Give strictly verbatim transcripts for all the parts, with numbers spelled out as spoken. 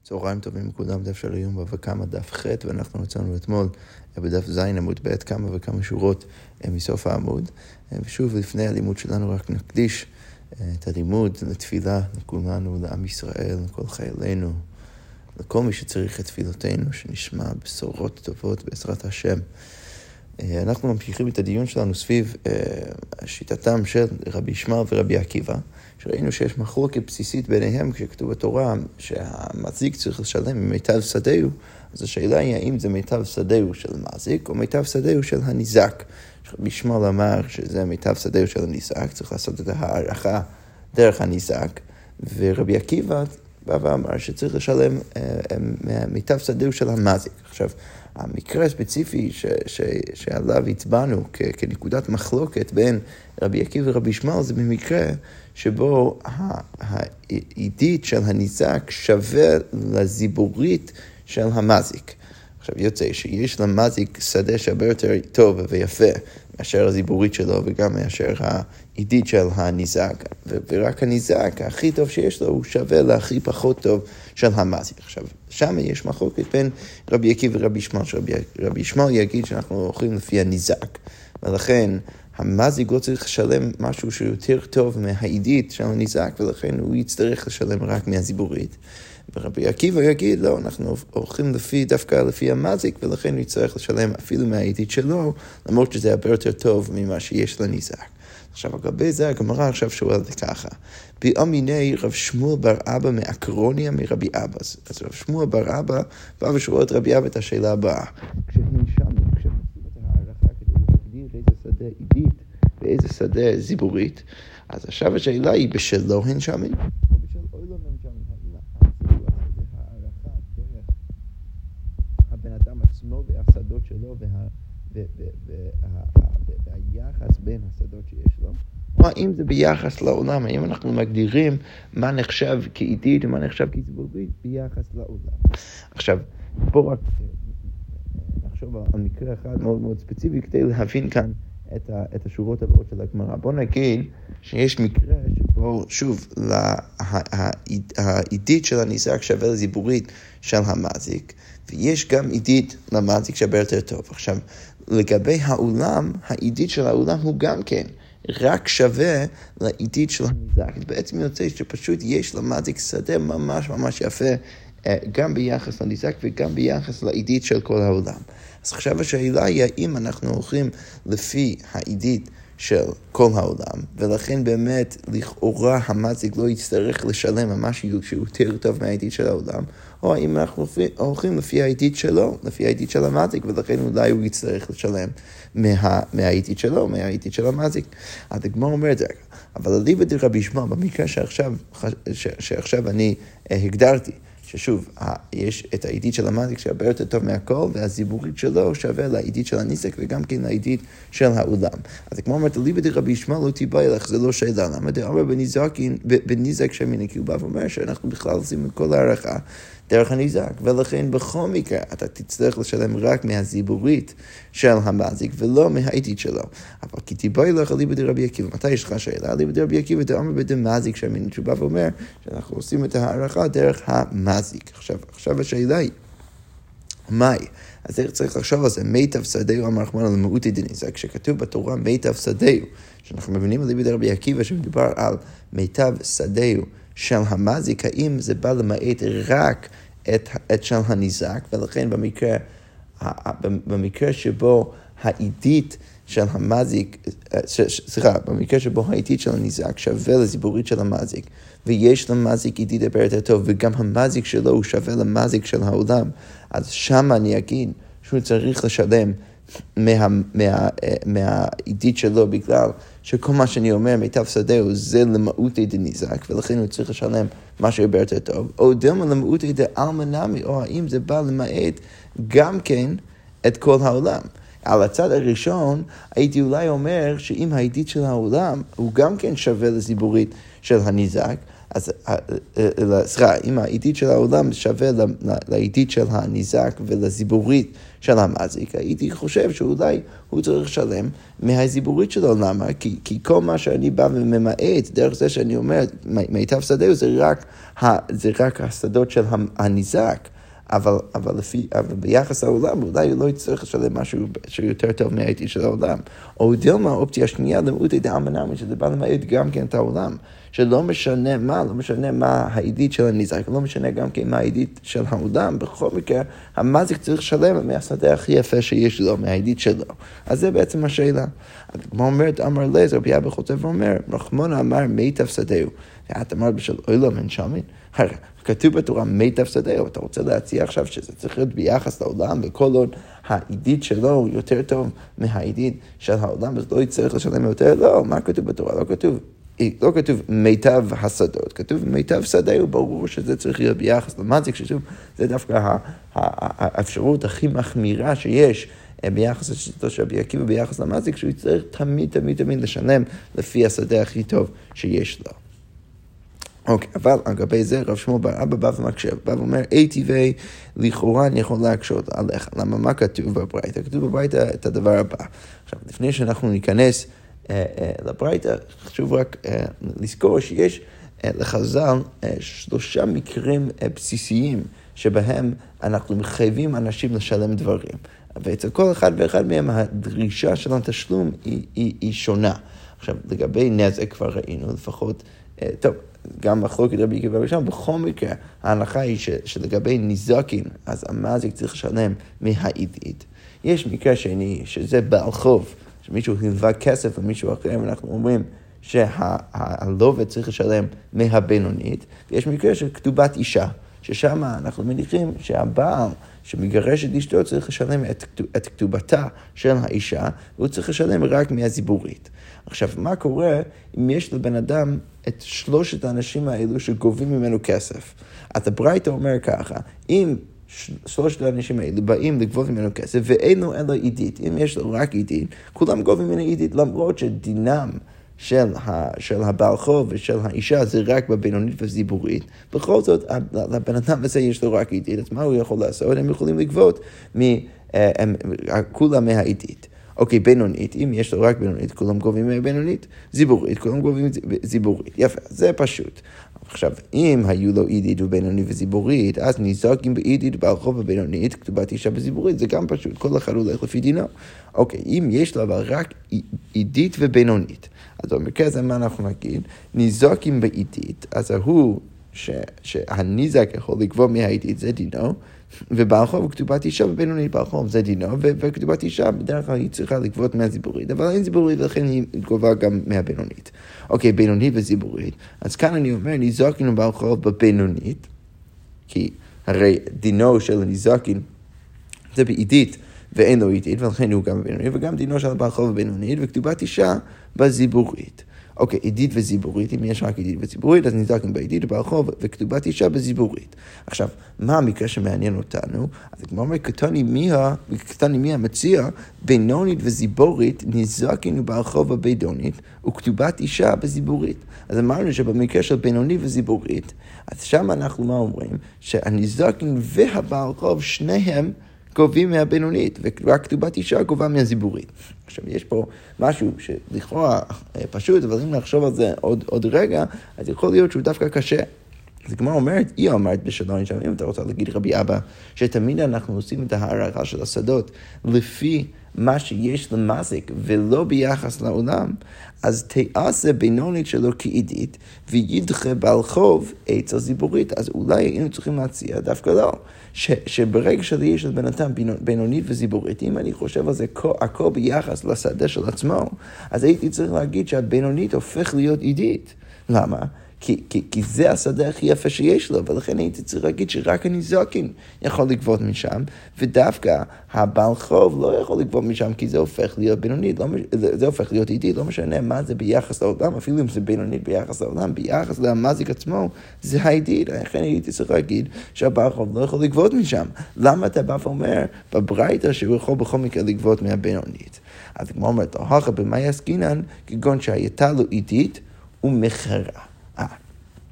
צהריים טובים לכולם, דף של היום בבא קמא דף ח', ואנחנו מצאנו אתמול בדף ז' עמוד ב' כמה וכמה שורות מסוף העמוד. ושוב, לפני הלימוד שלנו רק נקדיש את הלימוד לתפילה לכולנו, לעם ישראל, לכל חיילינו, לכל מי שצריך את תפילותינו, שנשמע בשורות טובות בעזרת השם. אנחנו ממשיכים את הדיון שלנו סביב שיטתם של רבי ישמעאל ורבי עקיבא, שראינו שיש מחלוקת בסיסית ביניהם כשכתוב בתורה שהמזיק צריך לשלם ממיטב שדהו. אז השאלה היא האם זה מיטב שדהו של המזיק או מיטב שדהו של הניזק. רבי ישמעאל אמר שזה מיטב שדהו של הניזק, צריך לעשות את הערכה דרך הניזק, ורבי עקיבא בא ואמר שצריך לשלם מיטב שדהו של המזיק. עכשיו, המקרה הספציפי ש, ש, שעליו הצבענו כ, כנקודת מחלוקת בין רבי עקיבא ורבי ישמעאל זה במקרה שבו העידית של הניזק שווה לזיבורית של המזיק. עכשיו יוצא שיש למזיק שדה שהרבה יותר טוב ויפה מאשר הזיבורית שלו וגם מאשר העידית של הניזק, ורק הניזק הכי טוב שיש לו הוא שווה להכי פחות טוב של המזיק. עכשיו שם יש מחלוקת בין רבי עקיבא ורבי ישמעאל, שרבי ישמעאל יגיד שאנחנו הולכים לפי הניזק, ולכן המזיק לא צריך לשלם משהו שיותר טוב מהעידית של הניזק, ולכן הוא יצטרך לשלם רק מהזיבורית. ורבי עקיבא יגיד, לא, אנחנו הולכים לפי, דווקא לפי המזיק, ולכן הוא יצטרך לשלם אפילו מהעידית שלו, למרות שזה הרבה יותר טוב ממה שיש לניזק. עכשיו, אגבי זה, הגמרא עכשיו שואלת ככה, באמיני רב שמואל בר אבא מאקרוניה מרבי אבא. אז רב שמואל בר אבא בא ושואל את רבי אבא את השאלה הבאה. כשהנשמים, כשמוצאים את הערכה כדי להגדיר איזה שדה עידית ואיזה שדה זיבורית, אז עכשיו השאלה היא בשלו הנשמים, או בשל אוילום הנשמים, האם הערכה דרך הבן אדם עצמו והשדות שלו והיחס בין השדות שיש לו, או האם זה ביחס לעולם, האם אנחנו מגדירים מה נחשב כעידית ומה נחשב כזיבורית ביחס לעולם. עכשיו, בואו רק נחשוב על מקרה אחד מאוד מאוד ספציפי כדי להבין כאן את, ה, את השורות הבאות של הגמרא. בואו נגיד שיש מקרה שבו שוב העידית של הניזק שווה לזיבורית של המזיק, ויש גם עידית למזיק שווה יותר טוב. עכשיו, לגבי העולם, העידית של העולם הוא גם כן רק שווה לעידית של הניזק. בעצם יוצא שפשוט יש למזיק שדה ממש ממש יפה, גם ביחס לניזק וגם ביחס לעידית של כל העולם. אז עכשיו השאלה היא האם אנחנו הולכים לפי העידית של כל העולם, ולכן באמת לכאורה המזיק לא יצטרך לשלם משהו שהוא יותר טוב מהעידית של העולם, או האם אנחנו הולכים לפי העידית שלו, לפי העידית של המזיק, ולכן אולי הוא יצטרך לשלם מה, מהעידית שלו, מהעידית של המזיק. אז הגמרא אומרת, אבל אליבא דרבי ישמעאל, במקרה שעכשיו, שעכשיו אני הגדרתי, ששוב, יש את העידית של המזיק שהרבה יותר טוב מהכל, והזיבורית שלו שווה לעידית של הניזק, וגם כן לעידית של העולם. אז כמו אומרת, אליבא דרבי ישמעאל לא תיבא אליך, זה לא שאלה. למה דאמר בניזק שמיני, כי הוא בא ואומר שאנחנו בכלל עושים את כל הערכה דרך הניזק, ולכן בכל מקרה אתה תצטרך לשלם רק מהזיבורית של המזיק ולא מהעידית שלו. אבל כי תיבא אליך אליבא דרבי עקיבא, מתי יש לך שאלה? אליבא דרבי עקיבא דאמר בדמזיק שמיני, שהוא בא ואומר שאנחנו עושים את הערכה דרך המזיק. עכשיו, עכשיו השאלה היא, מהי? אז איך צריך לחשוב על זה? מיטב שדהו אמר רחמנא למעוטי דניזק, כשכתוב בתורה מיטב שדהו, שאנחנו מבינים אליבא דרבי עקיבא שמדובר על מיטב שדהו של המזיק, האם זה בא למעט רק את, את של הניזק, ולכן במקרה, במקרה שבו העידית של המזיק, סליחה, במקרה שבו העידית של הניזק שווה לזיבורית של המזיק, ויש למזיק עידית הרבה יותר טוב, וגם המזיק שלו הוא שווה למזיק של העולם, אז שם אני אגיד שהוא צריך לשלם מה, מה, מהעידית שלו, בגלל שכל מה שאני אומר, מיטב שדהו, זה למעוטי דניזק, ולכן הוא צריך לשלם משהו הרבה יותר טוב, או דלמה למעוטי דעלמא נמי, או האם זה בא למעט גם כן את כל העולם. על הצד הראשון, הייתי אולי אומר שאם העידית של העולם הוא גם כן שווה לזיבורית של הניזק, אז סליחה, אם העידית של העולם שווה לעידית של הניזק ולזיבורית של המזיק, הייתי חושב שאולי הוא צריך לשלם מהזיבורית שלו. למה? כי, כי כל מה שאני בא וממעט, דרך זה שאני אומר, מיטב שדהו זה רק, זה רק השדות של הניזק. אבל, אבל, לפי, אבל ביחס לעולם, אולי הוא לא יצטרך לשלם משהו שיותר טוב מהעידית של העולם. או דילמה, האופציה השנייה, למעוטי דאמר נמי, שזה בא למעט גם כן את העולם. שלא משנה מה, לא משנה מה העידית של הניזק, לא משנה גם כן מה העידית של העולם, בכל מקרה, המזיק צריך לשלם מהשדה הכי יפה שיש לו, מהעידית שלו. אז זה בעצם השאלה. כמו אומרת, אמר לזר, רבי אבא חוטב ואומר, רחמונה אמר מיטב שדהו. את אמרת בשל אוילם אין שמין? הרי כתוב בתורה מיטב שדהו, אתה רוצה להציע עכשיו שזה צריך להיות ביחס לעולם, וכל עוד העידית שלו יותר טוב מהעידית של העולם, אז לא יצטרך לשלם יותר? לא, מה כתוב בתורה? לא כתוב. לא כתוב מיטב השדות, כתוב מיטב שדהו, ברור שזה צריך להיות ביחס למזיק, ששוב, זה דווקא האפשרות הכי מחמירה שיש ביחס לשיטתו של רבי עקיבא, ביחס למזיק, שהוא יצטרך תמיד תמיד תמיד לשלם לפי השדה הכי טוב שיש לו. אוקיי, אבל אגבי זה רב שמואל בר אבא בא ומקשב, בא ואומר, אי טבעי, לכאורה אני יכול להקשות עליך. למה? מה כתוב בברייתא? כתוב בברייתא את הדבר הבא. עכשיו, לפני שאנחנו ניכנס לברייתא, חשוב רק לזכור שיש לחז"ל שלושה מקרים בסיסיים שבהם אנחנו מחייבים אנשים לשלם דברים. ואצל כל אחד ואחד מהם הדרישה של התשלום היא, היא, היא שונה. עכשיו, לגבי נזק כבר ראינו, לפחות, טוב, גם מחלוקת רבי עקיבא ושם, בכל מקרה, ההנחה היא ש, שלגבי ניזוקין, אז המזיק צריך לשלם מהעידית. יש מקרה שני, שזה בעל חוב, שמישהו הלווה כסף למישהו אחר, ואנחנו אומרים שהלווה צריך לשלם מהבינונית, ויש מקרה של כתובת אישה, ששם אנחנו מניחים שהבעל שמגרש את אשתו צריך לשלם את, את כתובתה של האישה, והוא צריך לשלם רק מהזיבורית. עכשיו, מה קורה אם יש לבן אדם את שלושת האנשים האלו שגובים ממנו כסף? אז הברייתא אומר ככה, אם שלושת האנשים האלו באים לגבות ממנו כסף, ואין לו אלא עידית, אם יש לו רק עידית, כולם גובים ממנו עידית, למרות שדינם של, ה, של הבעל חוב ושל האישה זה רק בבינונית וזיבורית, בכל זאת, לבן אדם הזה יש לו רק עידית, אז מה הוא יכול לעשות? הם יכולים לגבות מ, הם, כולם מהעידית. אוקיי, בינונית, אם יש לו רק בינונית, כולם גובים מהבינונית, זיבורית, כולם גובים זיבורית. יפה, זה פשוט. עכשיו, אם היו לו עידית ובינונית וזיבורית, אז ניזוקים בעידית בעל חוב ובינונית, כתובת אישה בזיבורית, זה גם פשוט, כל אחד הולך לפי דינו. אוקיי, אם יש לו אבל רק עידית ובינונית, אז במקרה הזה מה אנחנו נגיד? ניזוקים בעידית, אז הוא ש, שהניזק יכול לגבות מהעידית, זה דינו, ובעל חוב וכתובת אישה ובינונית בעל חוב, זה דינו, וכתובת אישה בדרך כלל היא צריכה לגבות מהזיבורית, אבל אין זיבורית, לכן היא גובה גם מהבינונית. אוקיי, בינונית וזיבורית. אז כאן אני אומר, ניזוקין ובעל חוב בבינונית, כי הרי דינו של הניזוקין זה בעידית, ואין לו עידית, ולכן הוא גם בבינונית, וגם דינו של בעל חוב בבינונית, וכתובת אישה בזיבורית. אוקיי, עידית וזיבורית, אם יש רק עידית וזיבורית, אז נזדקים בעידית ובעל חוב וכתובת אישה בזיבורית. עכשיו, מה המקרה שמעניין אותנו? אז כמו אומר, קטני מיה, קטני מיה מציע, בינונית וזיבורית, נזדקים ובעל חוב בבינונית, וכתובת אישה בזיבורית. אז אמרנו שבמקרה של בינונית וזיבורית, אז שם אנחנו מה אומרים? שהנזדקים והבעל חוב שניהם גובים מהבינונית, ורק כתובת אישה גובה מהזיבורית. עכשיו, יש פה משהו שלכאורה פשוט, אבל אם נחשוב על זה עוד, עוד רגע, אז יכול להיות שהוא דווקא קשה. אז כמו אומרת, היא אומרת בשלון שם, אם אתה רוצה להגיד רבי אבא, שתמיד אנחנו עושים את ההערכה של השדות, לפי מה שיש למזיק, ולא ביחס לעולם, אז תעשה בינונית שלו כעידית, וידחה בעל חוב אצל זיבורית. אז אולי היינו צריכים להציע, דווקא לא, ש, שברגע שזה יש לבן אדם בינונית וזיבורית, אם אני חושב על זה הכל ביחס לשדה של עצמו, אז הייתי צריך להגיד שהבינונית הופך להיות עידית. למה? כי, כי, כי זה השדה הכי יפה שיש לו, ולכן הייתי צריך להגיד שרק הניזוקין יכול לגבות משם, ודווקא הבעל חוב לא יכול לגבות משם, כי זה הופך להיות בינונית, לא, זה, זה הופך להיות עידית, לא משנה מה זה ביחס לעולם, אפילו אם זה בינונית ביחס לעולם, ביחס למזיק עצמו, זה העידית. לכן הייתי צריך להגיד שהבעל חוב לא יכול לגבות משם. למה אתה בא ואומר בברייתא שהוא יכול בכל מקרה לגבות מהבינונית? אז כמו אומרת, הוכה במאי עסקינן, כגון שהייתה לו עידית ומחרה.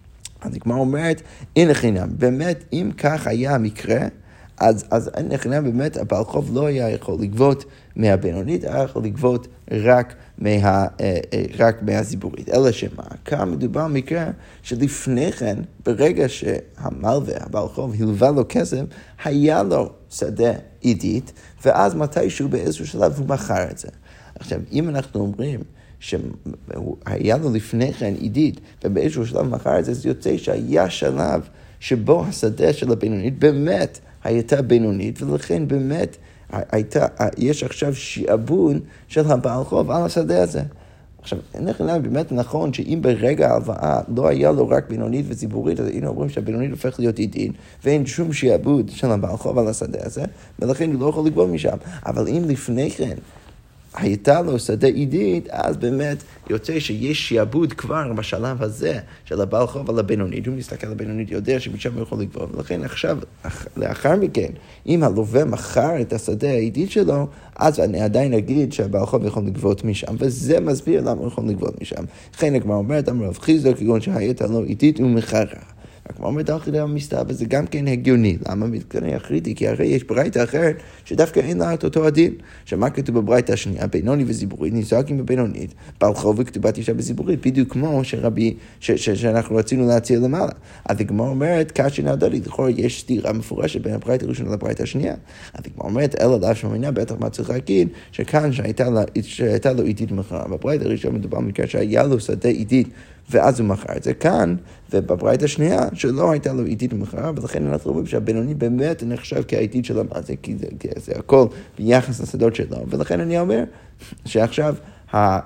אז הגמרא אומרת, אין לחינם, באמת, אם כך היה המקרה, אז, אז אין לחינם באמת, הבעל חוב לא היה יכול לגבות מהבינונית, היה יכול לגבות רק, מה, רק מהזיבורית. אלא שמה, כאן מדובר במקרה שלפני כן, ברגע שהמלווה, הבעל חוב, הלווה לו כסף, היה לו שדה עידית, ואז מתישהו באיזשהו שלב הוא מכר את זה. עכשיו, אם אנחנו אומרים, שהיה לו לפני כן עידית, ובאיזשהו שלב מכר את זה, זה יוצא שהיה שלב שבו השדה של הבינונית באמת הייתה בינונית, ולכן באמת הייתה, יש עכשיו שיעבוד של הבעל חוב על השדה הזה. עכשיו, אין לכם באמת נכון שאם ברגע ההלוואה לא היה לו רק בינונית וציבורית, אז היינו אומרים שהבינונית הופך להיות עידית, ואין שום שיעבוד של הבעל חוב על השדה הזה, ולכן הוא לא יכול לגבות משם. אבל אם לפני כן הייתה לו שדה עידית, אז באמת יוצא שיש שיעבוד כבר בשלב הזה של הבעל חוב על הבינונית. הוא מסתכל על הבינונית, יודע שמשם הוא יכול לגבות. ולכן עכשיו, לאחר מכן, אם הלווה מכר את השדה העידית שלו, אז אני עדיין אגיד שהבעל חוב יכול לגבות משם. וזה מסביר למה הוא יכול לגבות משם. לכן הגמרא אומרת, אמר רב חיסדא, כגון שהייתה לו עידית ומכרה. כמו אומרת האחרית המסתבר, וזה גם כן הגיוני. למה מתקרני אחריתי? כי הרי יש ברייתא אחרת שדווקא אין לה את אותו הדין. שמה כתוב בברייתא השנייה? בינוני וזיבורית, נזרקים בבינונית, בעל חוב וכתובת אישה בזיבורית, בדיוק כמו שרבי, ש, ש, שאנחנו רצינו להציע למעלה. אז הגמרא אומרת, קשיא נהדרי, לכאורה יש סתירה מפורשת בין הברייתא הראשונה לברייתא השנייה. אז הגמרא אומרת, אלא לאו שמעינה, בטח מה צריך להגיד, שכאן שהייתה לה, שהייתה לו עידית מכרה. בברייתא הראשונה מדובר במקרה שהיה לו שדה עידית ואז הוא מכר את זה כאן, ובברייתא השנייה שלא הייתה לו עידית ומכרה, ולכן אנחנו רואים שהבינוני באמת נחשב כעידית של המאזיק, כי זה, כי זה הכל ביחס לשדות שלו, ולכן אני אומר שעכשיו ה,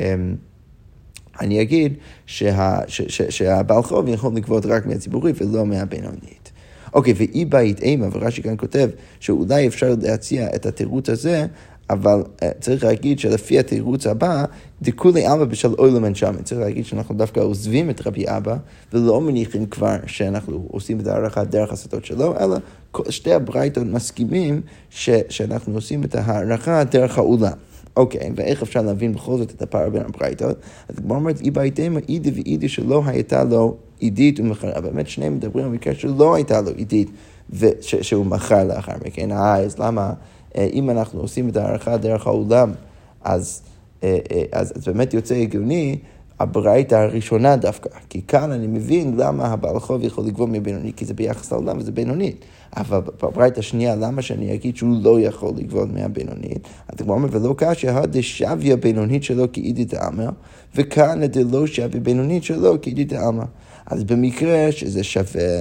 אני אגיד שה, ש, ש, שהבעל חוב יכול לגבות רק מהציבורית ולא מהבינונית. אוקיי, ואי בית אימה, ורש"י כאן כותב שאולי אפשר להציע את התירוץ הזה, אבל uh, צריך להגיד שלפי התירוץ הבא, דכולי אבא בשל אוי למן שמן. צריך להגיד שאנחנו דווקא עוזבים את רבי אבא, ולא מניחים כבר שאנחנו עושים את הערכה דרך השדות שלו, אלא שתי הברייתות מסכימים ש, שאנחנו עושים את הערכה דרך האולם. אוקיי, ואיך אפשר להבין בכל זאת את הפער בין הברייתות? אז כמו אומרת, אי בהיתמה, אידי ואידי שלא הייתה לו עידית ומכרה. באמת שניהם מדברים על מקרה שלא הייתה לו עידית, ושהוא מכר לאחר מכן. אה, אז למה? אם אנחנו עושים את הערכה דרך העולם, אז, אז, אז באמת יוצא הגיוני, הברייתא הראשונה דווקא. כי כאן אני מבין למה הבעל חוב יכול לגבות מבינוני, כי זה ביחס לעולם וזה בינונית. אבל בברייתא השנייה, למה שאני אגיד שהוא לא יכול לגבות מהבינונית? אתה כבר אומר, ולא קשיא, הדשוויה בינונית שלו כאידית דאמר, וכאן הדלא שוויה בינונית שלו כאידית דאמר. אז במקרה שזה שווה,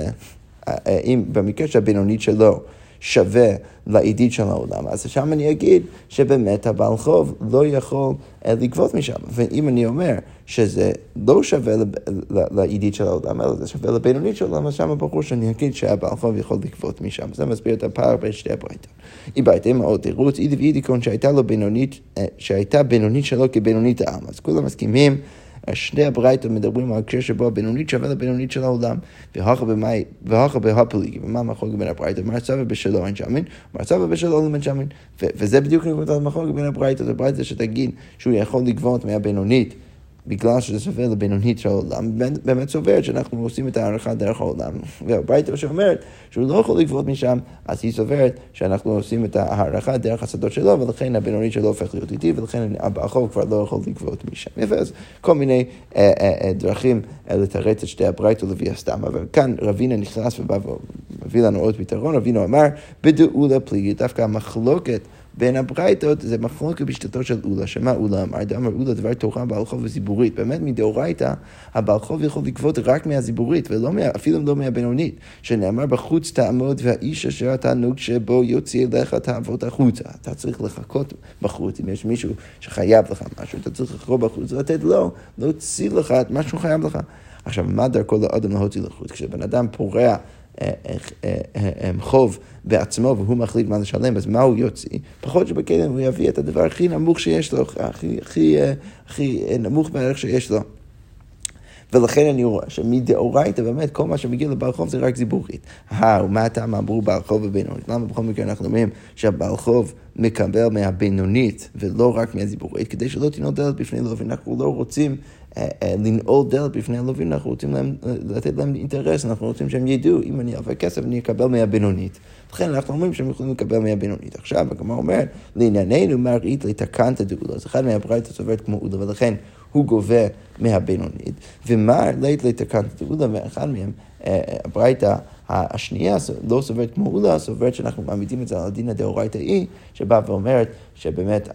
אם במקרה שהבינונית שלו, שווה לעידית של העולם, אז שם אני אגיד שבאמת הבעל חוב לא יכול לגבות משם. ואם אני אומר שזה לא שווה לעידית של העולם, אלא זה שווה לבינונית של העולם, אז שם ברור שאני אגיד שהבעל חוב יכול לגבות משם. זה מסביר את הפער בין שתי הברייתות. אם בהתאם עוד תירוץ, אידי ואידי כון שהייתה לו בינונית, שהייתה בינונית שלו כבינונית העם. אז כולם מסכימים, שני הברייתות מדברים על הקשר שבו הבינונית שווה לבינונית של העולם, והכה בהפליגי, ומה המחלוקת בין הברייתות? מרצה ובשלו אין שמין, מרצה ובשלו אין שמין, וזה בדיוק נקודת המחלוקת בין הברייתות. הברייתות שתגיד שהוא יכול לגבות מהבינונית, בגלל שזה סובר לבינונית של העולם, באמת סוברת שאנחנו עושים את הערכה דרך העולם. והברייתא שאומרת שהוא לא יכול לגבות משם, אז היא סוברת שאנחנו עושים את הערכה דרך השדות שלו, ולכן הבינונית שלו הופך להיות איטי, ולכן הבעל חוב כבר לא יכול לגבות משם. אז כל מיני אה, אה, דרכים לתרץ את שתי הברייתות לפי הסתם. אבל כאן רבינה נכנס ובא ומביא לנו עוד פתרון. רבינה אמר, בדאולה פליגי, דווקא המחלוקת בין הברייתות זה מחלוקת בשיטתו של אולה. שמה אולה אמר? דאמר אולה דבר תורה בעל חוב וזיבורית. באמת מדאורייתא הבעל חוב יכול לגבות רק מהזיבורית, ולא מה, אפילו לא מהבינונית. שנאמר בחוץ תעמוד והאיש אשר התענוג שבו יוציא אליך תעבוד החוצה. אתה צריך לחכות בחוץ. אם יש מישהו שחייב לך משהו, אתה צריך לחכות בחוץ, לתת לו, להוציא לך את מה שהוא חייב לך. עכשיו, מה דרכו לאדם להוציא לחוץ? כשבן אדם פורע חוב בעצמו והוא מחליט מה לשלם, אז מה הוא יוציא? פחות שבקדם הוא יביא את הדבר הכי נמוך שיש לו, הכי, הכי, הכי נמוך בערך שיש לו. ולכן אני רואה שמדאורייתא באמת כל מה שמגיע לבעל חוב זה רק זיבורית. אה, ומה הטעם אמרו בעל חוב ובינונית? למה בכל מקרה אנחנו אומרים שהבעל חוב מקבל מהבינונית ולא רק מהזיבורית, כדי שלא תנעול דלת בפני לווים. אנחנו לא רוצים לנעול דלת בפני הלווים, אנחנו רוצים להם, לתת להם אינטרס, אנחנו רוצים שהם ידעו, אם אני אלווה כסף אני אקבל מהבינונית. לכן אנחנו אומרים שהם יכולים לקבל מהבינונית. עכשיו, הגמרא אומרת, לענייננו מראית לתקנת דעולה. אז אחד מהברייתא סוברת כמו עולה, ולכן הוא גובה מהבינונית. ומה לית לתקנת דעולה, ואחד מהם, הברייתא השנייה לא סוברת כמו עולה, סוברת שאנחנו מעמידים את זה על הדין הדאורייתאי, שבא ואומרת שבאמת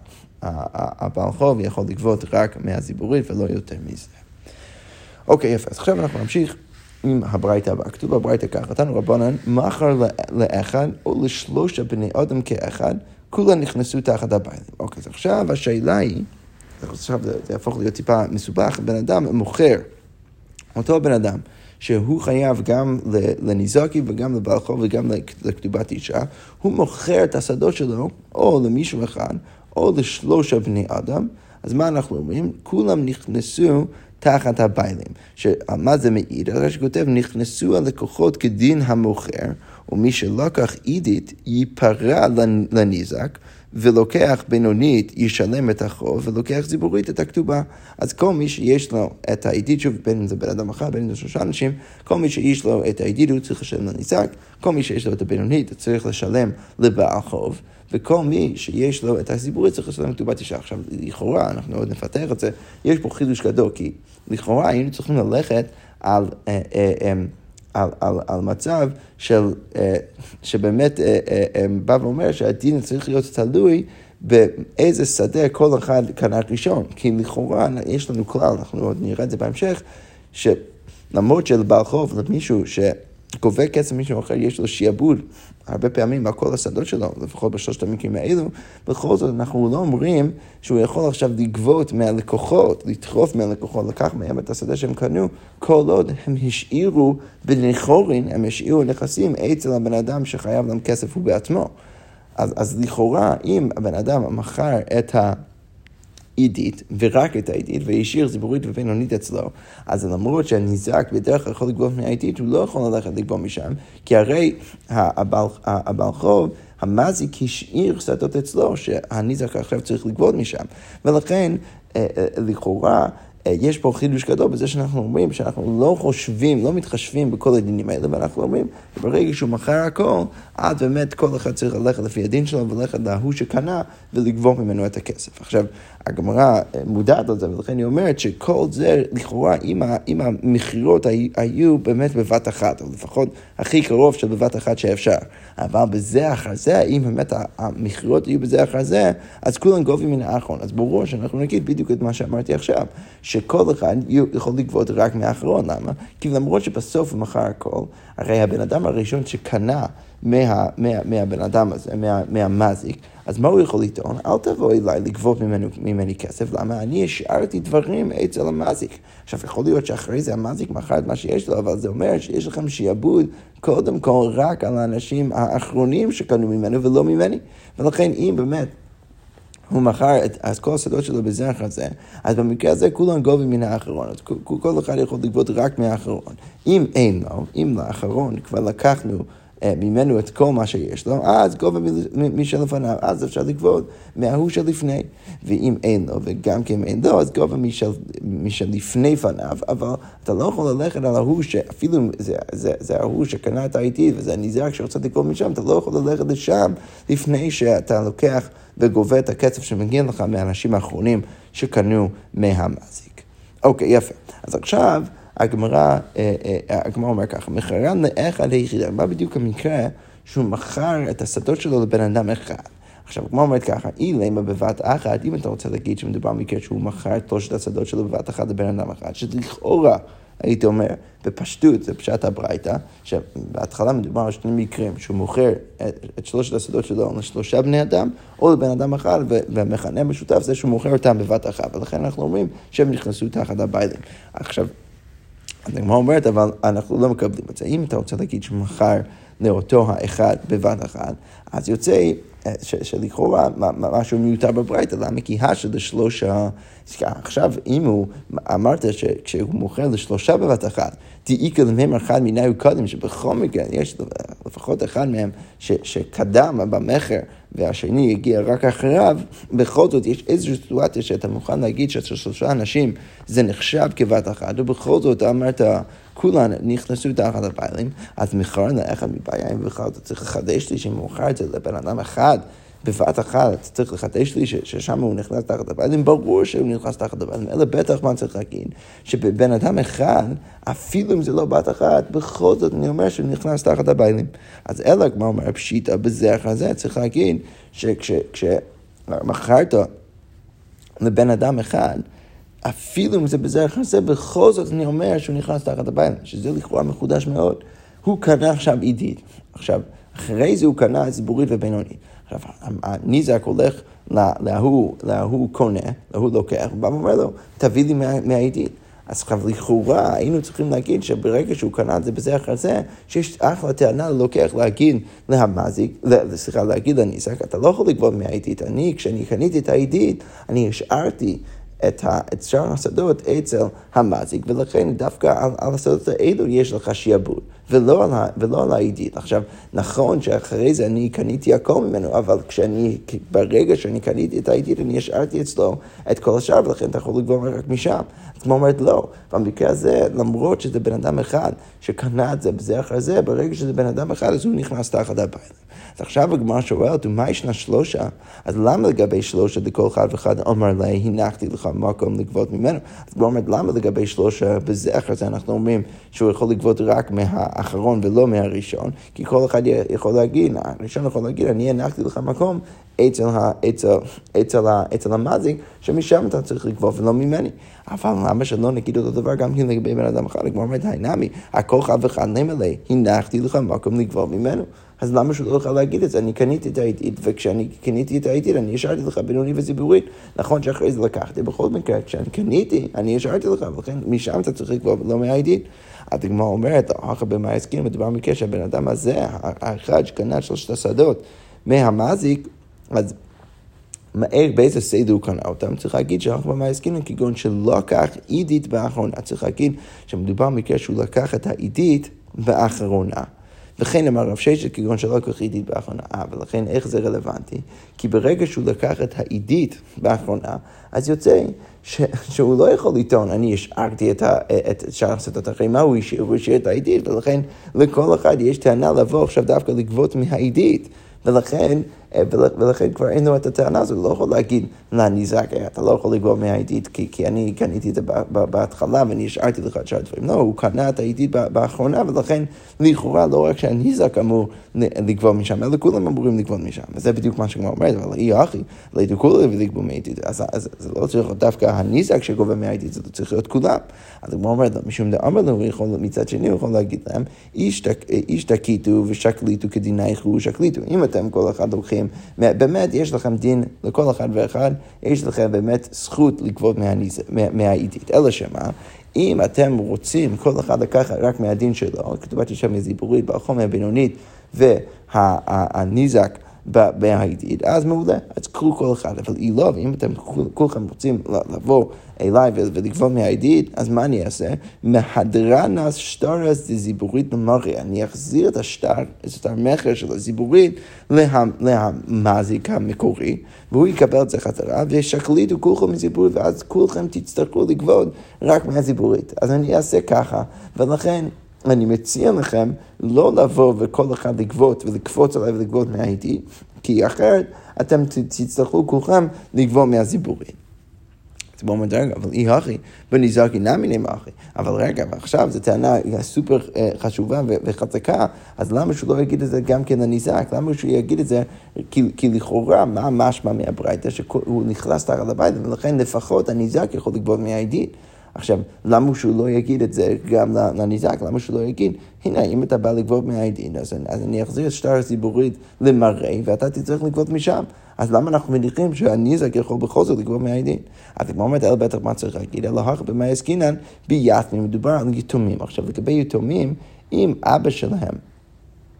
הבעל חוב יכול לגבות רק מהזיבורית ולא יותר מזה. אוקיי, יפה. אז עכשיו אנחנו נמשיך עם הברייתא הבאה. כתוב בברייתא ככה, תנו רבנן, מכר לאחד או לשלושה בני אדם כאחד, כולם נכנסו תחת הבעלים. אוקיי, אז עכשיו השאלה היא, עכשיו זה יהפוך להיות טיפה מסובך, בן אדם מוכר, אותו בן אדם, שהוא חייב גם לניזוקי וגם לבעל חוב וגם לכתובת אישה, הוא מוכר את השדות שלו או למישהו אחד, או לשלושה בני אדם, אז מה אנחנו אומרים? כולם נכנסו תחת הבעלים. מה זה מעיד? הרי שכותב, נכנסו הלקוחות כדין המוכר, ומי שלקח עידית ייפרע לניזק, ולוקח בינונית ישלם את החוב, ולוקח זיבורית את הכתובה. אז כל מי שיש לו את העידית, שוב, בין אם זה בן אדם אחד, בין אם זה שלושה אנשים, כל מי שיש לו את העידית הוא צריך לשלם לניזק, כל מי שיש לו את הבינונית הוא צריך לשלם לבעל חוב, וכל מי שיש לו את הזיבורית צריך לשלם כתובת אישה. עכשיו, לכאורה, אנחנו עוד נפתח את זה, יש פה חידוש גדול, כי לכאורה היינו צריכים ללכת על... אה, אה, אה, על, על, על מצב של, שבאמת בא ואומר שהדין צריך להיות תלוי באיזה שדה כל אחד קנה ראשון. כי לכאורה יש לנו כלל, אנחנו עוד נראה את זה בהמשך, שלמרות של בעל חוב למישהו שגובה כסף מישהו אחר, יש לו שיעבוד הרבה פעמים על כל השדות שלו, לפחות בשלושת המקרים האלו, בכל זאת אנחנו לא אומרים שהוא יכול עכשיו לגבות מהלקוחות, לדחוף מהלקוחות, לקח מהם את השדה שהם קנו, כל עוד הם השאירו בנכורין, הם השאירו נכסים אצל הבן אדם שחייב להם כסף הוא בעצמו. אז, אז לכאורה, אם הבן אדם מכר את ה... עידית, ורק את העידית, והשאיר זיבורית ובינונית אצלו, אז למרות שהניזק בדרך כלל יכול לגבות מהעידית, הוא לא יכול ללכת לגבות משם, כי הרי הבעל, הבעל חוב, המזיק השאיר שדות אצלו, שהניזק עכשיו צריך לגבות משם. ולכן, לכאורה, יש פה חידוש גדול בזה שאנחנו אומרים שאנחנו לא חושבים, לא מתחשבים בכל הדינים האלה, ואנחנו אומרים, ברגע שהוא מכר הכל, עד באמת כל אחד צריך ללכת לפי הדין שלו, וללכת להוא שקנה, ולגבות ממנו את הכסף. עכשיו, הגמרא מודעת על זה, ולכן היא אומרת שכל זה, לכאורה, אם המחירות היו באמת בבת אחת, או לפחות הכי קרוב של בבת אחת שאפשר, אבל בזה אחר זה, אם באמת המחירות היו בזה אחר זה, אז כולם גובים מן האחרון. אז ברור שאנחנו נגיד בדיוק את מה שאמרתי עכשיו, שכל אחד יכול לגבות רק מהאחרון. למה? כי למרות שבסוף הוא מכר הכל, הרי הבן אדם הראשון שקנה מה, מה, מהבן אדם הזה, מה, מהמזיק, אז מה הוא יכול לטעון? אל תבוא אליי לגבות ממנו, ממני כסף, למה? אני השארתי דברים אצל המזיק. עכשיו, יכול להיות שאחרי זה המזיק מכר את מה שיש לו, אבל זה אומר שיש לכם שיעבוד קודם כל רק על האנשים האחרונים שקנו ממנו ולא ממני. ולכן אם באמת הוא מכר את אז כל השדות שלו בזה אחר זה, אז במקרה הזה כולם גובים מן האחרון, אז כל אחד יכול לגבות רק מהאחרון. אם אין לו, אם לאחרון כבר לקחנו ממנו את כל מה שיש לו, אז גובה מי שלפניו, אז אפשר לגבות מההוא שלפני. ואם אין לו, וגם כי אם אין לו, אז גובה מי שלפני פניו, אבל אתה לא יכול ללכת על ההוא שאפילו זה, זה, זה ההוא שקנה את העידית, וזה הניזק שרוצה לגבות משם, אתה לא יכול ללכת לשם לפני שאתה לוקח וגובה את הכסף שמגיע לך מהאנשים האחרונים שקנו מהמזיק. אוקיי, יפה. אז עכשיו, הגמרא, הגמרא אומר ככה, מכרן לאחד היחידה, מה בדיוק המקרה שהוא מכר את השדות שלו לבן אדם אחד? עכשיו, הגמרא אומרת ככה, אילמה בבת אחת, אם אתה רוצה להגיד שמדובר במקרה שהוא מכר את שלושת השדות שלו בבת אחת לבן אדם אחד, שלכאורה, הייתי אומר, בפשטות, זה פשט הברייתא, שבהתחלה מדובר על שני מקרים, שהוא מוכר את, את שלושת השדות שלו לשלושה בני אדם, או לבן אדם אחד, והמכנה משותף זה שהוא מוכר אותם בבת אחת, ולכן אנחנו אומרים שהם נכנסו תחת הבעלים. עכשיו, הגמרא אומרת, אבל אנחנו לא מקבלים את זה. אם אתה רוצה להגיד שמחר לאותו האחד בבת אחת, אז יוצא שלכאורה משהו מיותר בברייתא, למה? כי השלושה, עכשיו אם הוא אמרת שכשהוא מוכר לשלושה בבת אחת, תאיקה למהם אחד מיני קודם, שבכל מקרה יש לפחות אחד מהם שקדם במחר, והשני הגיע רק אחריו, בכל זאת יש איזושהי סיטואציה שאתה מוכן להגיד ששלושה אנשים זה נחשב כבת אחת, ובכל זאת אמרת, כולן נכנסו תחת הבעלים, אז מכר לאחד מבעיה, אם בכלל אתה צריך לחדש לי שמוכר את זה לבן אדם אחד, בבת אחת אתה צריך לחדש לי ששם הוא נכנס תחת הבעלים, ברור שהוא נכנס תחת הבעלים, אלא בטח מה צריך להגיד, שבבן אדם אחד, אפילו אם זה לא בת אחת, בכל זאת אני אומר שהוא נכנס תחת הבעלים. אז אלא כמו אומר, פשיטה בזרח הזה, צריך להגיד שכשמכרת לבן אדם אחד, אפילו אם זה בזרח הזה, בכל זאת אני אומר שהוא נכנס תחת הבעלים, שזה לכאורה מחודש מאוד. הוא קנה עכשיו עידית. עכשיו, אחרי זה הוא קנה ציבורית ובינונית. עכשיו, הניזק הולך להוא, להוא קונה, להוא לוקח, ובא ואומר לו, תביא לי מהעידית. אז עכשיו, לכאורה, היינו צריכים להגיד שברגע שהוא קנה את זה בזרח הזה, שיש אחלה טענה ללוקח להגיד להמזיק, סליחה, להגיד לניזק, אתה לא יכול לגבות מהעידית. אני, כשאני קניתי את העידית, אני השארתי את, ה, את שאר השדות אצל המזיק, ולכן דווקא על, על השדות האלו יש לך שיעבוד, ולא על, ה, ולא על העידית. עכשיו, נכון שאחרי זה אני קניתי הכל ממנו, אבל כשאני, ברגע שאני קניתי את העידית, אני השארתי אצלו את כל השאר, ולכן אתה יכול לגבור רק משם. אז כמו אומרת, לא. במקרה הזה, למרות שזה בן אדם אחד שקנה את זה בזה אחרי זה, ברגע שזה בן אדם אחד, אז הוא נכנס תחת הבעלים. אז עכשיו הגמרא שואלת, ומה ישנה שלושה? אז למה לגבי שלושה לכל אחד ואחד אומר לה, הנחתי לך מקום לגבות ממנו? אז הגמרא אומרת, למה לגבי שלושה בזה אחרי זה אנחנו אומרים שהוא יכול לגבות רק מהאחרון ולא מהראשון? כי כל אחד יכול להגיד, הראשון יכול להגיד, אני הנחתי לך מקום אצל, אצל, אצל, אצל המזיק, שמשם אתה צריך לגבות ולא ממני. אבל למה שלא נגיד אותו דבר גם כן לגבי בן אדם אחד? הגמרא אומרת, הינמי, הכל אחד ואחד למלא, הנחתי לך מקום לגבות ממנו. אז למה שהוא לא יכול להגיד את זה? אני קניתי את העידית, וכשאני קניתי את העידית, אני השארתי לך בינוני וציבורית. נכון שאחרי זה לקחתי, בכל מקרה, כשאני קניתי, אני השארתי לך, ולכן משם אתה צריך לקבוע לא מהעידית. הדגמרא אומרת, אחר במה הסכים, מדובר מכך שהבן אדם הזה, האחד שקנה שלושת השדות מהמזיק, אז מהר באיזה סדר הוא קנה אותם, צריך להגיד שאנחנו במה הסכימים, כגון שלא לקח עידית באחרונה. צריך להגיד שמדובר מכך שהוא לקח את העידית באחרונה. וכן אמר רב ששת כגון שלא לקח עידית באחרונה, ולכן איך זה רלוונטי? כי ברגע שהוא לקח את העידית באחרונה, אז יוצא ש, שהוא לא יכול לטעון, אני השארתי את, ה, את שאר השדות אחרי מה הוא השאיר, הוא השאיר את העידית, ולכן לכל אחד יש טענה לבוא עכשיו דווקא לגבות מהעידית, ולכן, ולכן כבר אין לו את הטענה הזו, הוא לא יכול להגיד לניזק, אתה לא יכול לגבות מהעידית, כי, כי אני קניתי את זה בהתחלה ואני השארתי לך את שאר הדברים. לא, הוא קנה את העידית באחרונה, ולכן לכאורה לא רק שהניזק אמור לגבות משם, אלא כולם אמורים לגבות משם. וזה בדיוק מה שכמו אומרת, אבל אי אחי, לא ידעו כולם ולגבות מהעידית. אז, אז זה לא צריך להיות דווקא הניזק שגובה מהעידית, זה צריך להיות כולם. אז כמו אומרת, משום דאמר לו, מצד שני הוא יכול להגיד להם, איש תקיתו ושקליתו כדינייך ושקליתו. אם אתם כל אחד לוקחים, באמת יש לכם דין לכל אחד ואחד, יש לכם באמת זכות לגבות מהעידית. אלא שמה, אם אתם רוצים כל אחד לקחת רק מהדין שלו, כתובתי שם מזיבורית, באחרון מהבינונית, והניזק בהעידית, אז מעולה, אז קחו כל אחד, אבל אי לא, ואם אתם כולכם רוצים לבוא אליי ולגבות מהעידית, אז מה אני אעשה? מהדרנס שטרס זיבורית למחר, אני אחזיר את השטר, את המחר של הזיבורית להמזיק המקורי, והוא יקבל את זה חזרה, ושקליתו כולכם מזיבורית, ואז כולכם תצטרכו לגבות רק מהזיבורית. אז אני אעשה ככה, ולכן אני מציע לכם לא לבוא וכל אחד לגבות ולקפוץ עליי ולגבות מהעידית, כי אחרת אתם תצטרכו כולכם לגבות מהזיבורית. אז בואו אומר, רגע, אבל אי הכי, בניזק אינם מיני מאחי. אבל רגע, ועכשיו זו טענה סופר חשובה וחזקה, אז למה שהוא לא יגיד את זה גם כן לניזק? למה שהוא יגיד את זה? כי, כי לכאורה, מה משמע מהברייתא? שהוא נכנס תחת הבית, ולכן לפחות הניזק יכול לגבות מהעידית. עכשיו, למה שהוא לא יגיד את זה גם לניזק? למה שהוא לא יגיד, הנה, אם אתה בא לגבות מהעידין, אז, אז אני אחזיר את שטר הציבורית למראה, ואתה תצטרך לגבות משם. אז למה אנחנו מניחים שהניזק יכול בכל זאת לגבות מהעידין? אז כמו אומרת, אלה בטח מה צריך להגיד, אלא הכי במה עסקינן, ביתמים, מדובר על יתומים. עכשיו, לגבי יתומים, אם אבא שלהם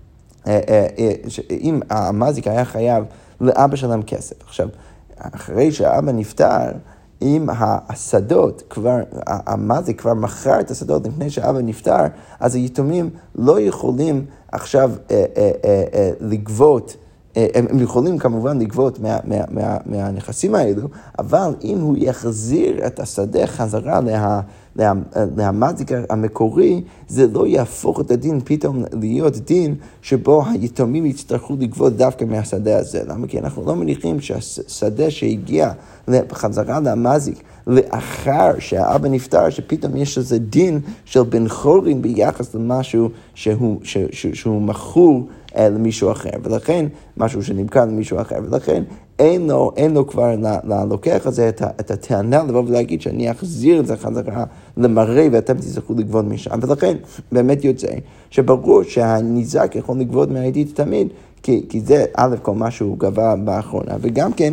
אם המזיק היה חייב לאבא שלהם כסף. עכשיו, אחרי שהאבא נפטר, אם השדות כבר, המזיק כבר מכר את השדות לפני שהאבא נפטר, אז היתומים לא יכולים עכשיו אה, אה, אה, אה, לגבות, אה, הם יכולים כמובן לגבות מה, מה, מה, מהנכסים האלו, אבל אם הוא יחזיר את השדה חזרה לה, לה, להמזיק המקורי, זה לא יהפוך את הדין פתאום להיות דין שבו היתומים יצטרכו לגבות דווקא מהשדה הזה. למה? כי אנחנו לא מניחים שהשדה שהגיע בחזרה להמזיק לאחר שהאבא נפטר, שפתאום יש איזה דין של בן חורין ביחס למשהו שהוא, ש, ש, שהוא מכור למישהו אחר, ולכן משהו שנמכר למישהו אחר, ולכן אין לו, אין לו כבר ללוקח הזה את, את הטענה לבוא ולהגיד שאני אחזיר את זה חזרה למראה ואתם תצטרכו לגבות משם, ולכן באמת יוצא שברור שהניזק יכול לגבות מהידיד תמיד, כי, כי זה א' כל מה שהוא גבה באחרונה, וגם כן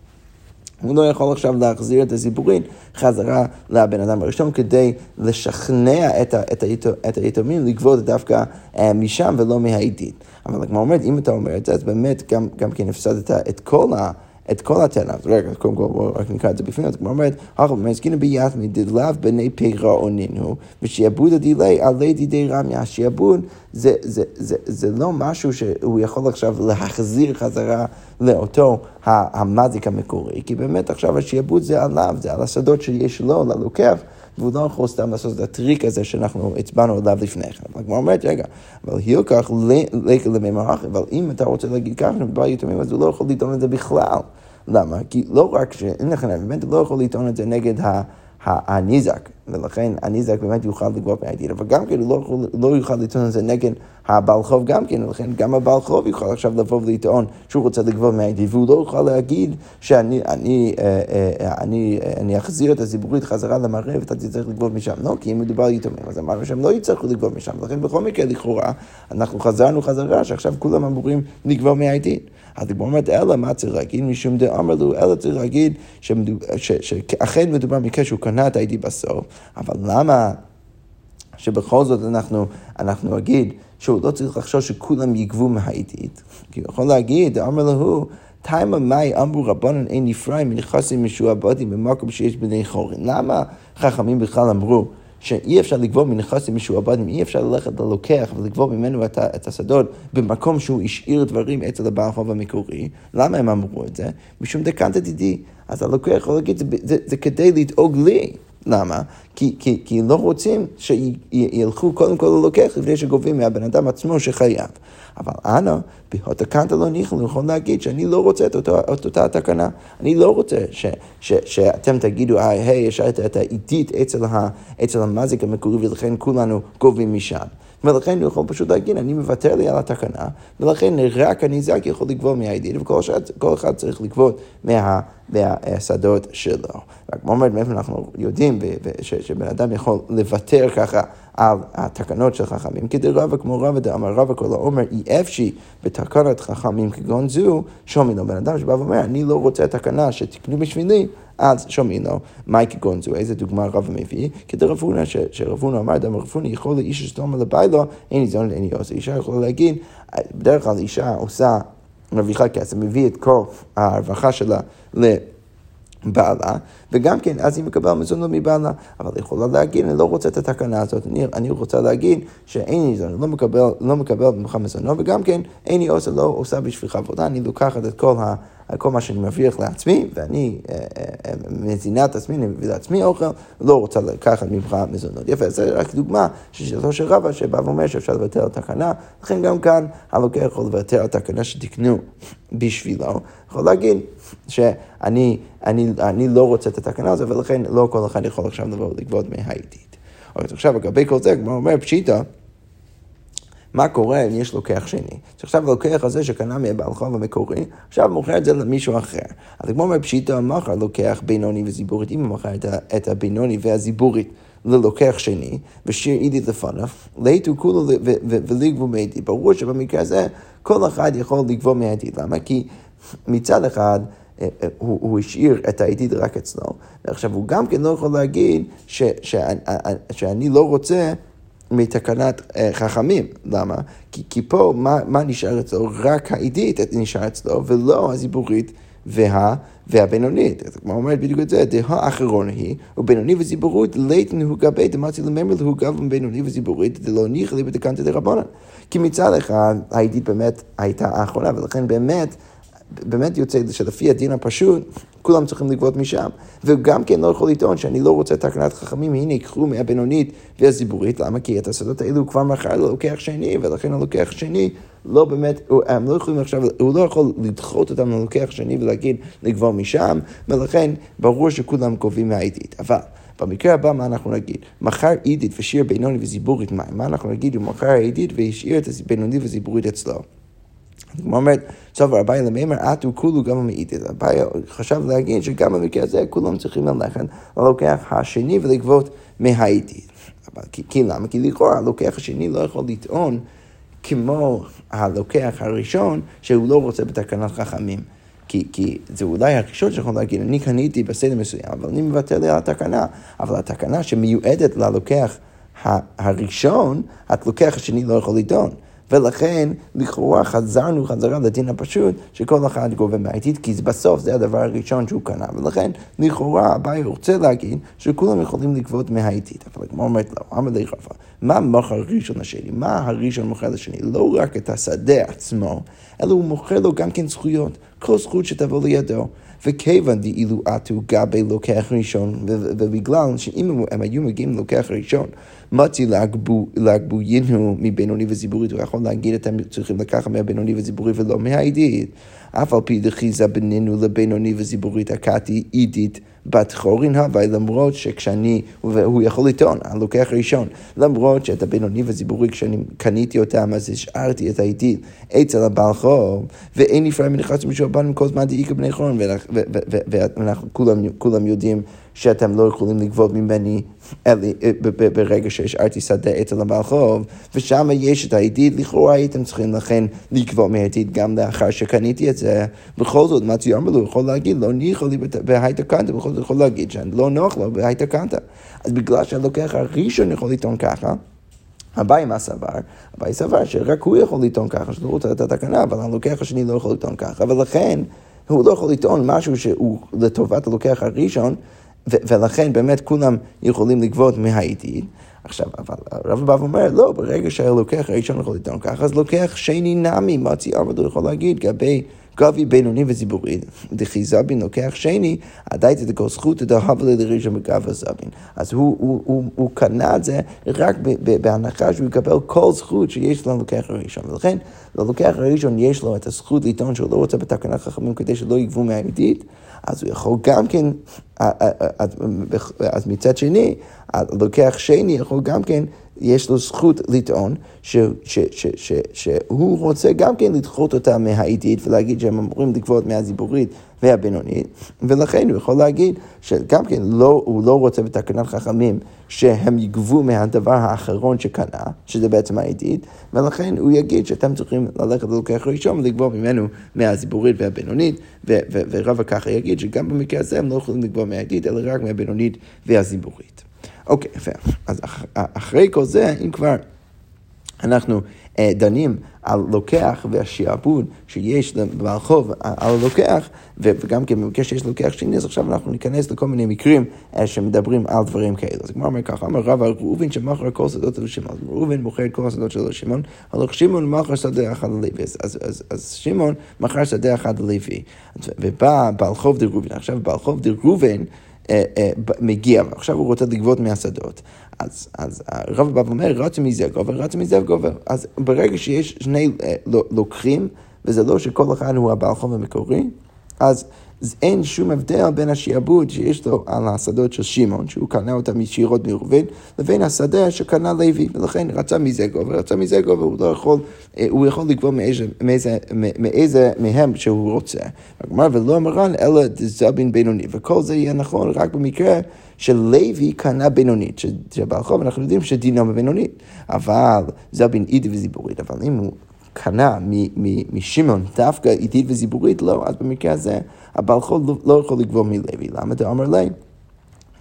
הוא לא יכול עכשיו להחזיר את הזיבורין חזרה לבן אדם הראשון כדי לשכנע את, ה, את, היתו, את היתומים לגבות דווקא uh, משם ולא מהידיד. אבל כמו אומרת, אם אתה אומר את זה, אז באמת גם, גם כן הפסדת את כל ה... את כל הטענה, אז רגע, קודם כל, בואו רק נקרא את זה בפנים, אז כמו אומרת, אנחנו מזכינו ביתמי, דלאו בני פירעונין הוא, ושיעבוד הדילי עלי דידי רמיה. השיעבוד זה, זה, זה, זה לא משהו שהוא יכול עכשיו להחזיר חזרה לאותו המזיק המקורי, כי באמת עכשיו השיעבוד זה עליו, זה על השדות שיש לו, ללוקח, והוא לא יכול סתם לעשות את הטריק הזה שאנחנו הצבענו עליו לפני כן. אבל כמו אומרת, רגע, אבל הילקח לקה לממרח, אבל אם אתה רוצה להגיד ככה, שבא יתומים, אז הוא לא יכול לטעון את זה בכלל. למה? כי לא רק שאין לכם, באמת לא יכול לטעון את זה נגד הניזק, ולכן הניזק באמת יוכל לגבות מהידיד, אבל גם כן הוא לא יכול, לא יוכל לטעון את זה נגד הבעל חוב גם כן, ולכן גם הבעל חוב יוכל עכשיו לבוא ולטעון שהוא רוצה לגבות מהידיד, והוא לא יוכל להגיד שאני אני, אני, אני אחזיר את הזיבורית חזרה למראה ואתה תצטרך לגבות משם. לא, כי אם מדובר על יתומים, אז אמרנו שהם לא יצטרכו לגבות משם, לכן בכל מקרה לכאורה אנחנו חזרנו חזרה שעכשיו כולם אמורים לגבות מהידיד. אז היא אומרת, אלא מה צריך להגיד? משום דאמר לו, אלא צריך להגיד שאכן מדובר מקרה שהוא קנה את הידיד בסוף, אבל למה שבכל זאת אנחנו, אנחנו נגיד שהוא לא צריך לחשוב שכולם יגבו מהידיד? כי הוא יכול להגיד, אמר לו, תימה מאי אמרו רבנן אין נפרעים מנכסים משועבדים במקום שיש בני חורין. למה חכמים בכלל אמרו שאי אפשר לגבות מנכסים משועבדים, אי אפשר ללכת ללוקח ולגבות ממנו את, את השדות במקום שהוא השאיר דברים אצל הבעל חוב המקורי? למה הם אמרו את זה? משום דקנת דידי. אז הלוקח יכול להגיד, זה, זה, זה כדי לדאוג לי. למה? כי, כי, כי לא רוצים שילכו קודם כל ללוקח לפני שגובים מהבן אדם עצמו שחייב. אבל אנא, בהתקנת לא נכלו, אני יכול להגיד שאני לא רוצה את, אותו, את אותה התקנה. אני לא רוצה ש, ש, שאתם תגידו, היי, היי, יש את העידית אצל, ה, אצל המזיק המקורי, ולכן כולנו גובים משם. ולכן הוא יכול פשוט להגיד, אני מוותר לי על התקנה, ולכן רק הניזק יכול לגבות מהידיד, וכל אחד, כל אחד צריך לגבות מה, מהשדות שלו. רק כמו אומרת, מאיפה אנחנו יודעים ש, שבן אדם יכול לוותר ככה על התקנות של חכמים, כדי רבא כמו רבא דאמר רבא כל האומר, אי אפשי בתקנת חכמים כגון זו, שומעים לו בן אדם שבא ואומר, אני לא רוצה תקנה שתקנו בשבילי, אז שומעים לו, מהי כגון זו, איזה דוגמה רבא מביא, כדי רבונה, שרבונה אמר, דם רבונה יכול לאיש שסתום על הבית לו, אין לי זון, אין לי עושה. אישה יכולה להגיד, בדרך כלל אישה עושה, מרוויחה כסף, מביא את כל הרווחה שלה לבעלה, וגם כן, אז היא מקבל מזונות מבעלה, אבל היא יכולה להגיד, אני לא רוצה את התקנה הזאת, אני, אני רוצה להגיד שאין לי זונות, לא מקבל, לא מקבל ממך מזונות, וגם כן, אין לי עושה, לא עושה בשבילך עבודה, אני לוקחת את כל ה... כל מה שאני מבריח לעצמי, ואני מזינה את עצמי, אני מביא לעצמי אוכל, לא רוצה לקחת ממך מזונות. יפה, זה רק דוגמה ששאלתו של רבא שבא ואומר שאפשר לוותר על תקנה, לכן גם כאן הלוקח יכול לוותר על תקנה שתקנו בשבילו, יכול להגיד שאני אני, אני לא רוצה את התקנה הזו, ולכן לא כל אחד יכול עכשיו לבוא לגבות מהידיד. עכשיו, לגבי כל זה, כמו אומר פשיטה, מה קורה אם יש לוקח שני? שעכשיו הלוקח הזה שקנה מהבעל חוב המקורי, עכשיו מוכר את זה למישהו אחר. אז כמו בפשיטה, מחר לוקח בינוני וזיבורית, אם הוא מוכר את, את הבינוני והזיבורית ללוקח שני, ושיר אידית לפניו, להיטו כולו ולגבו מהידיד. ברור שבמקרה הזה כל אחד יכול לגבו מהידיד. למה? כי מצד אחד הוא, הוא השאיר את הידיד רק אצלו, ועכשיו הוא גם כן לא יכול להגיד ש, ש, שאני לא רוצה מתקנת חכמים. למה? כי, כי פה מה, מה נשאר אצלו? רק העידית נשאר אצלו, ולא הזיבורית וה, והבינונית. כמו אומרת בדיוק את זה, דהה אחרון היא, ובינוני וזיבורית, ליתן הוא גבי דמצי לממר, הוא גב בינוני וזיבורית, דלא ניחא לי בתקנתא דרבנן. כי מצד אחד, העידית באמת הייתה האחרונה, ולכן באמת, באמת יוצא שלפי הדין הפשוט, כולם צריכים לגבות משם. וגם כן לא יכול לטעון שאני לא רוצה תקנת חכמים, הנה יקחו מהבינונית והזיבורית, למה? כי את השדות האלו כבר מחר ללוקח שני, ולכן הלוקח שני לא באמת, הם לא יכולים עכשיו, הוא לא יכול לדחות אותם ללוקח שני ולהגיד לגבות משם, ולכן ברור שכולם גובים מהעידית. אבל במקרה הבא מה אנחנו נגיד? מחר עידית ושאיר בינוני וזיבורית מה? מה אנחנו נגיד? הוא מחר עידית והשאיר את הבינוני וזיבורית אצלו. כמו אומרת, סוף אביי למאמר, עטו כולו גם המעידית. אביי חשב להגיד שגם במקרה הזה כולם צריכים ללכת ללוקח השני ולגבות מהעידית. כי, כי למה? כי לכאורה הלוקח השני לא יכול לטעון כמו הלוקח הראשון שהוא לא רוצה בתקנת חכמים. כי, כי זה אולי הראשון שיכול להגיד, אני קניתי בסדר מסוים, אבל אני מבטל לי על התקנה. אבל התקנה שמיועדת ללוקח הראשון, הלוקח השני לא יכול לטעון. ולכן, לכאורה, חזרנו חזרה לדין הפשוט, שכל אחד גובה מהעידית, כי בסוף זה הדבר הראשון שהוא קנה. ולכן, לכאורה, אביי רוצה להגיד שכולם יכולים לגבות מהעידית. אבל כמו אומרת לו, אמר לי רבא, מה מוכר ראשון לשני? מה הראשון מוכר לשני? לא רק את השדה עצמו, אלא הוא מוכר לו גם כן זכויות. כל זכות שתבוא לידו. וכיוון דאילו עטו גבי לוקח ראשון, ובגלל שאם הם היו מגיעים לוקח ראשון, מצי להגבו ינו מבינוני וזיבורית, הוא יכול להגיד אתם צריכים לקחת מהבינוני וזיבורית ולא מהעידית. אף על פי דחיזה בינינו לבינוני וזיבורית הקעתי עידית בת חורין הווי, למרות שכשאני, והוא יכול לטעון, הלוקח ראשון, למרות שאת הבינוני וזיבורי כשאני קניתי אותם, אז השארתי את העידית אצל הבעל חוב, ואין נפרד מנחץ משועבן כל זמן דאיקה בני חורין, ואנחנו כולם יודעים שאתם לא יכולים לגבות ממני ברגע שהשארתי שדה אצל הבעל חוב, ושם יש את העידית, לכאורה הייתם צריכים לכן לגבות מהעידית גם לאחר שקניתי את זה. בכל זאת, מה ציון בלו יכול להגיד, לא ניחא לי בהייתקנתא, בכל זאת יכול להגיד שאני לא נוח לו בהייתקנתא. אז בגלל שהלוקח הראשון יכול לטעון ככה, אביי מה סבר? אביי סבר שרק הוא יכול לטעון ככה, שלא רוצה את התקנה, אבל הלוקח השני לא יכול לטעון ככה, ולכן הוא לא יכול לטעון משהו שהוא לטובת הלוקח הראשון, ו- ולכן באמת כולם יכולים לגבות מהעידית. עכשיו, אבל הרב בא ואומר, לא, ברגע שהלוקח הראשון יכול לטעון ככה, אז לוקח שני נמי, מצי ארבע, הוא יכול להגיד, גבי גבי בינוני וזיבורי, דחי זבין לוקח שני, עדיין את כל זכות, דהבה לראשון בגב הזבין. אז הוא, הוא, הוא, הוא קנה את זה רק בהנחה שהוא יקבל כל זכות שיש ללוקח הראשון. ולכן, ללוקח הראשון יש לו את הזכות לטעון שהוא לא רוצה בתקנת חכמים כדי שלא יגבו מהעידית, אז הוא יכול גם כן, אז מצד שני, הלוקח שני יכול גם כן, יש לו זכות לטעון ש, ש, ש, ש, שהוא רוצה גם כן לדחות אותה מהעידית ולהגיד שהם אמורים לגבות מהזיבורית והבינונית, ולכן הוא יכול להגיד שגם כן לא, הוא לא רוצה בתקנת חכמים שהם יגבו מהדבר האחרון שקנה, שזה בעצם העידית, ולכן הוא יגיד שאתם צריכים ללכת ללוקח ראשון ולגבות ממנו מהזיבורית והבינונית, ו- ו- ורב ככה יגיד שגם במקרה הזה הם לא יכולים לגבות מהעידית, אלא רק מהבינונית והזיבורית. אוקיי, יפה. אז אח, אחרי כל זה, אם כבר אנחנו אה, דנים על לוקח והשיעבוד שיש לבעל חוב על לוקח, וגם כן במקרה שיש לוקח שני, אז עכשיו אנחנו ניכנס לכל מיני מקרים אה, שמדברים על דברים כאלה. אז כמו אומר ככה, אמר רב ראובן שמכר כל שדות של שמעון. ראובן מוכר את כל השדות של שמעון, הלוך שמעון מכר שדה אחד ללוי. אז, אז, אז, אז שמעון מכר שדה אחד ללוי. ובא בעל חוב דראובן. עכשיו בעל חוב דראובן, מגיע, ועכשיו הוא רוצה לגבות מהשדות. אז, אז הרב בא ואומר, רצה מזה גובר, רצה מזה גובר. אז ברגע שיש שני לוקחים, וזה לא שכל אחד הוא הבעל חוב המקורי, אז אין שום הבדל בין השיעבוד שיש לו על השדות של שמעון, שהוא קנה אותם ישירות מראובן, לבין השדה שקנה לוי, ולכן רצה מזה גובר, רצה מזה גובר, הוא לא יכול, הוא יכול לגבות מאיזה, מאיזה, מאיזה מהם שהוא רוצה. כלומר, ולא מרן, אלא זבין בינוני, וכל זה יהיה נכון רק במקרה של לוי קנה בינונית, שבעל חוב אנחנו יודעים שדינו בבינונית, אבל זבין עידית וזיבורית, אבל אם הוא קנה משמעון דווקא עידית וזיבורית, לא, אז במקרה הזה הבעל חוב לא יכול לגבות מלוי. למה אתה אומר לי?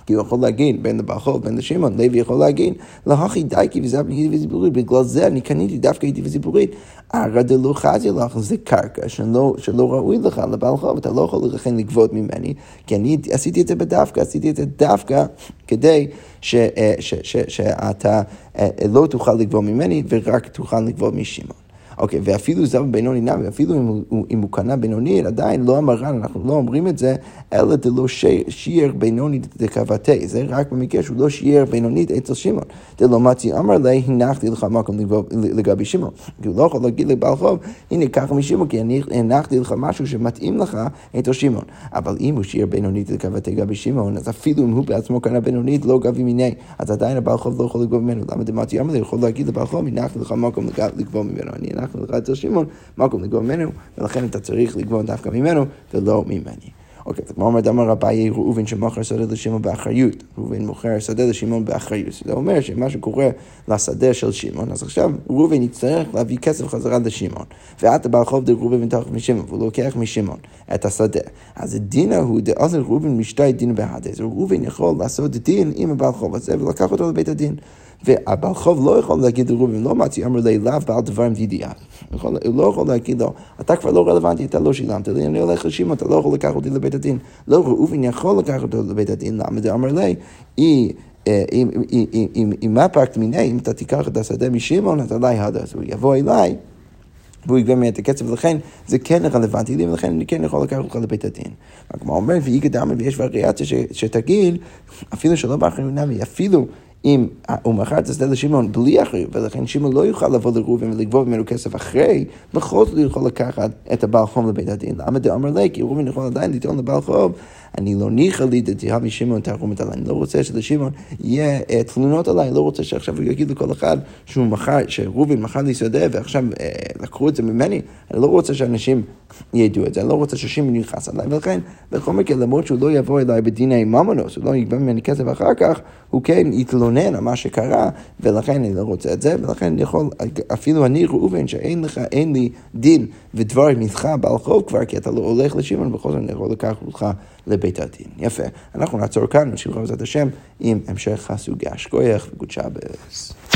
כי הוא יכול להגיד בין לבעל חוב, בין לשמעון, לוי יכול להגיד, להכי דייקי וזה בני וציבורית, בגלל זה אני קניתי דווקא איתי וציבורית, ערא דלא חזי לך, זה קרקע שלא, שלא ראוי לך לבעל חוב, אתה לא יכול לכן לגבות ממני, כי אני עשיתי את זה בדווקא, עשיתי את זה דווקא כדי ש, ש, ש, ש, שאתה לא תוכל לגבות ממני ורק תוכל לגבות משמעון. אוקיי, ואפילו זב בינוני נמי, אפילו אם הוא, אם הוא קנה בינוני, עדיין לא אמרן, אנחנו לא אומרים את זה, אלא דלא שיער בינוני דקבתי, זה רק במקרה שהוא לא שיער בינונית אצל שמעון. דלא מצי אמר לה, הנחתי לך מקום לגבי שמעון. כי הוא לא יכול להגיד לבעל חוב, הנה ככה משמעון, כי אני הנחתי לך משהו שמתאים לך אצל שמעון. אבל אם הוא שיער בינונית דקבתי לגבי שמעון, אז אפילו אם הוא בעצמו קנה בינונית, לא גבי מיני, אז עדיין הבעל חוב לא יכול לגבות ממנו. למה דמצי אמר לה, יכול להגיד לבעל חוב, הנחתי לך מקום לגבות ממנו. אני אנחנו לך אצל שמעון, מקום לגבות ממנו, ולכן אתה צריך לגבות דווקא ממנו, ולא ממני. אוקיי, כמו אומר דמר רביי ראובן שמוכר שדה לשמעון באחריות. ראובן מוכר שדה לשמעון באחריות. זה אומר שמה שקורה לשדה של שמעון, אז עכשיו ראובן יצטרך להביא כסף חזרה לשמעון. ואת הבעל חוב דה ראובן תחת משמעון, והוא לוקח משמעון את השדה. אז הדינה הוא דאז ראובן משתי דין בהדה. אז ראובן יכול לעשות דין עם הבעל חוב הזה, ולקח אותו לבית הדין. והבעל חוב לא יכול להגיד לראובן, לא מצי אמר לי, לאו בעל דברים דידיעה. הוא לא יכול להגיד לו, אתה כבר לא רלוונטי, אתה לא שילמת לי, אני הולך לשמעון, אתה לא יכול לקחת אותי לבית הדין. לא, ראובן יכול לקחת אותו לבית הדין, למה זה אמר לי, אם מה פרקת מיני, אם אתה תיקח את השדה משמעון, אז עליי הדה, אז הוא יבוא אליי, והוא יגבה ממני את הכסף, ולכן זה כן רלוונטי לי, ולכן אני כן יכול לקחת אותך לבית הדין. כמו אומר, והיא קדמה, ויש וריאציה שתגיד, אפילו שלא באחריות נמי, אפילו אם הוא מכר את השדה לשמעון בלי אחריות, ולכן שמעון לא יוכל לבוא לראובן ולגבות ממנו כסף אחרי, בכל זאת הוא יכול לקחת את הבעל חוב לבית הדין. למה דאמר לי? כי ראובן יכול עדיין לטעון לבעל חוב, אני לא ניחא לי דתיהה משמעון תרחומת עליי, אני לא רוצה שלשמעון יהיה תלונות עליי, אני לא רוצה שעכשיו הוא יגיד לכל אחד שהוא מכר, שראובן מכר לי שדה ועכשיו לקחו את זה ממני, אני לא רוצה שאנשים ידעו את זה, אני לא רוצה ששמעון יחס עליי, ולכן בכל מקרה למרות שהוא לא יבוא אליי בדיני ממונוס, הוא לא יגבה ממני כסף אחר כך, הוא כן יתלונן על מה שקרה, ולכן אני לא רוצה את זה, ולכן אני יכול, אפילו אני ראובן שאין לך, אין לי דין ודבר ממך בעל חוב כבר, כי אתה לא הולך לשמעון, בכל זאת אני יכול לקחת אותך לבית הדין. יפה. אנחנו נעצור כאן, נמשיך בעזרת השם עם המשך הסוגיה. שכוייך וגוד שבס.